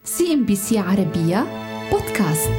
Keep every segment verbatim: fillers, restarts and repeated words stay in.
سي إم بي سي عربية بودكاست.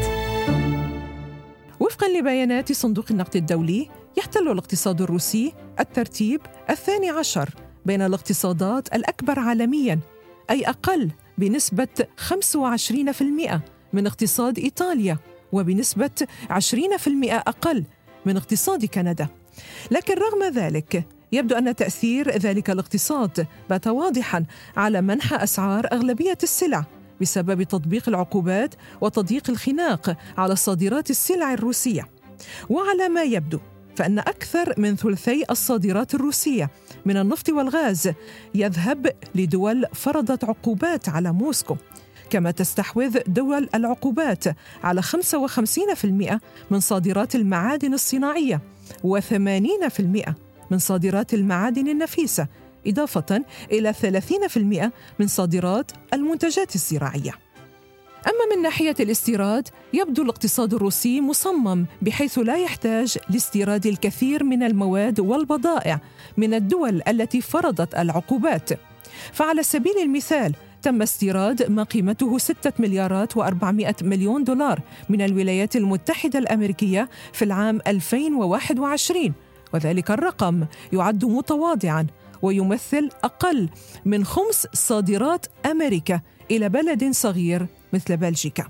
وفقاً لبيانات صندوق النقد الدولي، يحتل الاقتصاد الروسي الترتيب الثاني عشر بين الاقتصادات الأكبر عالمياً، أي أقل بنسبة خمسة وعشرين بالمئة من اقتصاد إيطاليا، وبنسبة عشرين بالمئة أقل من اقتصاد كندا. لكن رغم ذلك يبدو أن تأثير ذلك الاقتصاد بات واضحاً على منح أسعار أغلبية السلع بسبب تطبيق العقوبات وتضييق الخناق على صادرات السلع الروسية. وعلى ما يبدو فإن أكثر من ثلثي الصادرات الروسية من النفط والغاز يذهب لدول فرضت عقوبات على موسكو، كما تستحوذ دول العقوبات على خمسة وخمسين بالمئة من صادرات المعادن الصناعية وثمانين بالمئة من صادرات المعادن النفيسة، إضافة إلى ثلاثين بالمئة من صادرات المنتجات الزراعية. أما من ناحية الاستيراد، يبدو الاقتصاد الروسي مصمم بحيث لا يحتاج لاستيراد الكثير من المواد والبضائع من الدول التي فرضت العقوبات. فعلى سبيل المثال تم استيراد ما قيمته ستة مليارات وأربعمائة مليون دولار من الولايات المتحدة الأمريكية في العام ألفين وواحد وعشرين، وذلك الرقم يعد متواضعاً ويمثل أقل من خمس صادرات أمريكا إلى بلد صغير مثل بلجيكا.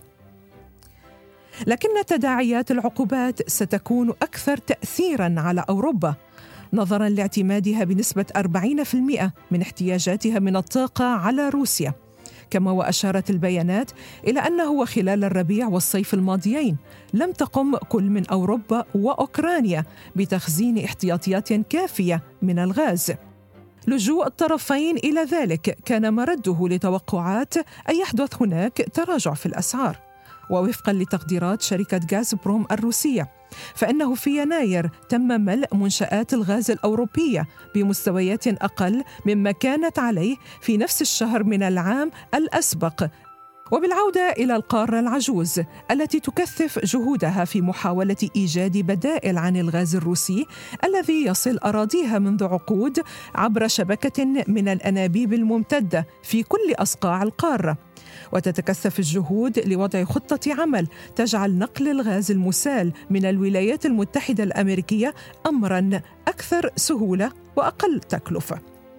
لكن تداعيات العقوبات ستكون أكثر تأثيراً على أوروبا، نظراً لاعتمادها بنسبة أربعين بالمئة من احتياجاتها من الطاقة على روسيا. كما وأشارت البيانات إلى أنه خلال الربيع والصيف الماضيين لم تقم كل من أوروبا وأوكرانيا بتخزين احتياطيات كافية من الغاز. لجوء الطرفين إلى ذلك كان مرده لتوقعات أن يحدث هناك تراجع في الأسعار. ووفقاً لتقديرات شركة غازبروم الروسية، فإنه في يناير تم ملء منشآت الغاز الأوروبية بمستويات أقل مما كانت عليه في نفس الشهر من العام الأسبق. وبالعودة إلى القارة العجوز التي تكثف جهودها في محاولة إيجاد بدائل عن الغاز الروسي الذي يصل أراضيها منذ عقود عبر شبكة من الأنابيب الممتدة في كل أصقاع القارة، وتتكثف الجهود لوضع خطة عمل تجعل نقل الغاز المسال من الولايات المتحدة الأمريكية أمراً أكثر سهولة وأقل تكلفة.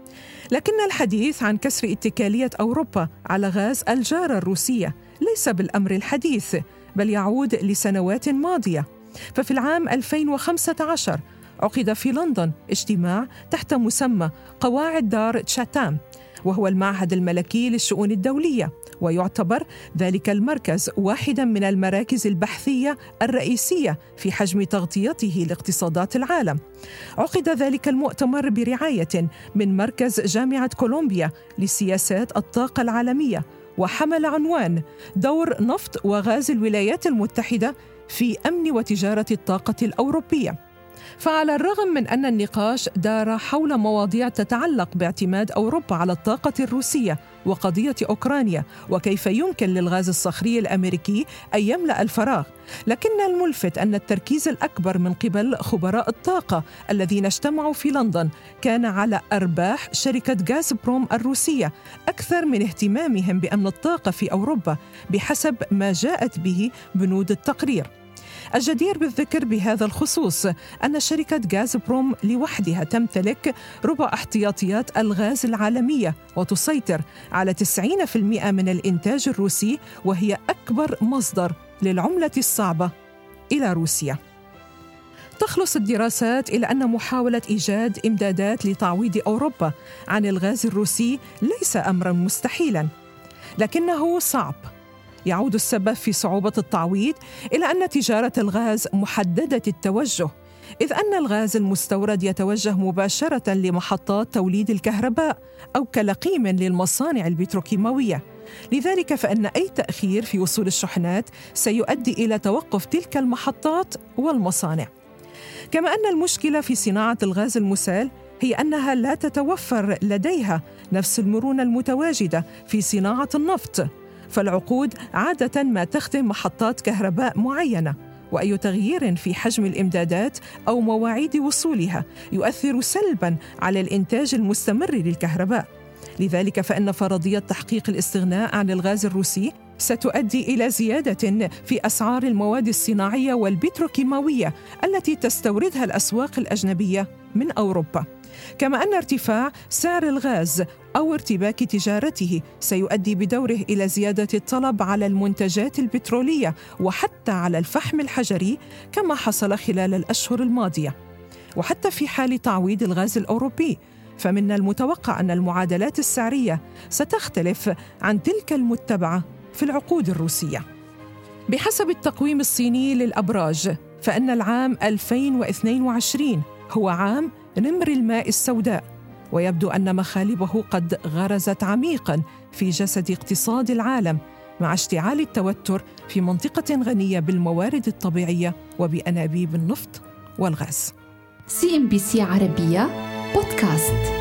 لكن الحديث عن كسر اتكالية أوروبا على غاز الجارة الروسية ليس بالأمر الحديث، بل يعود لسنوات ماضية. ففي العام ألفين وخمسة عشر عقد في لندن اجتماع تحت مسمى قواعد دار تشاتام، وهو المعهد الملكي للشؤون الدولية، ويعتبر ذلك المركز واحداً من المراكز البحثية الرئيسية في حجم تغطيته لاقتصادات العالم. عقد ذلك المؤتمر برعاية من مركز جامعة كولومبيا لسياسات الطاقة العالمية، وحمل عنوان دور نفط وغاز الولايات المتحدة في أمن وتجارة الطاقة الأوروبية. فعلى الرغم من أن النقاش دار حول مواضيع تتعلق باعتماد أوروبا على الطاقة الروسية وقضية أوكرانيا وكيف يمكن للغاز الصخري الأمريكي أن يملأ الفراغ، لكن الملفت أن التركيز الأكبر من قبل خبراء الطاقة الذين اجتمعوا في لندن كان على أرباح شركة غازبروم الروسية أكثر من اهتمامهم بأمن الطاقة في أوروبا بحسب ما جاءت به بنود التقرير. الجدير بالذكر بهذا الخصوص أن شركة غازبروم لوحدها تمتلك ربع احتياطيات الغاز العالمية وتسيطر على تسعين بالمئة من الإنتاج الروسي، وهي أكبر مصدر للعملة الصعبة إلى روسيا. تخلص الدراسات إلى أن محاولة إيجاد إمدادات لتعويض أوروبا عن الغاز الروسي ليس أمراً مستحيلاً، لكنه صعب. يعود السبب في صعوبة التعويض إلى أن تجارة الغاز محددة التوجه، إذ أن الغاز المستورد يتوجه مباشرة لمحطات توليد الكهرباء أو كلقيم للمصانع البتروكيماوية. لذلك فإن أي تأخير في وصول الشحنات سيؤدي إلى توقف تلك المحطات والمصانع. كما أن المشكلة في صناعة الغاز المسال هي أنها لا تتوفر لديها نفس المرونة المتواجدة في صناعة النفط، فالعقود عادة ما تخدم محطات كهرباء معينة، وأي تغيير في حجم الإمدادات أو مواعيد وصولها يؤثر سلباً على الإنتاج المستمر للكهرباء. لذلك فإن فرضية تحقيق الاستغناء عن الغاز الروسي ستؤدي إلى زيادة في أسعار المواد الصناعية والبتروكيماوية التي تستوردها الأسواق الأجنبية من أوروبا، كما أن ارتفاع سعر الغاز أو ارتباك تجارته سيؤدي بدوره إلى زيادة الطلب على المنتجات البترولية وحتى على الفحم الحجري كما حصل خلال الأشهر الماضية. وحتى في حال تعويض الغاز الأوروبي فمن المتوقع أن المعادلات السعرية ستختلف عن تلك المتبعة في العقود الروسية. بحسب التقويم الصيني للأبراج فإن العام ألفين واثنين وعشرين هو عام نمر الماء السوداء، ويبدو أن مخالبه قد غرزت عميقاً في جسد اقتصاد العالم مع اشتعال التوتر في منطقة غنية بالموارد الطبيعية وبأنابيب النفط والغاز. سي إم بي سي عربية بودكاست.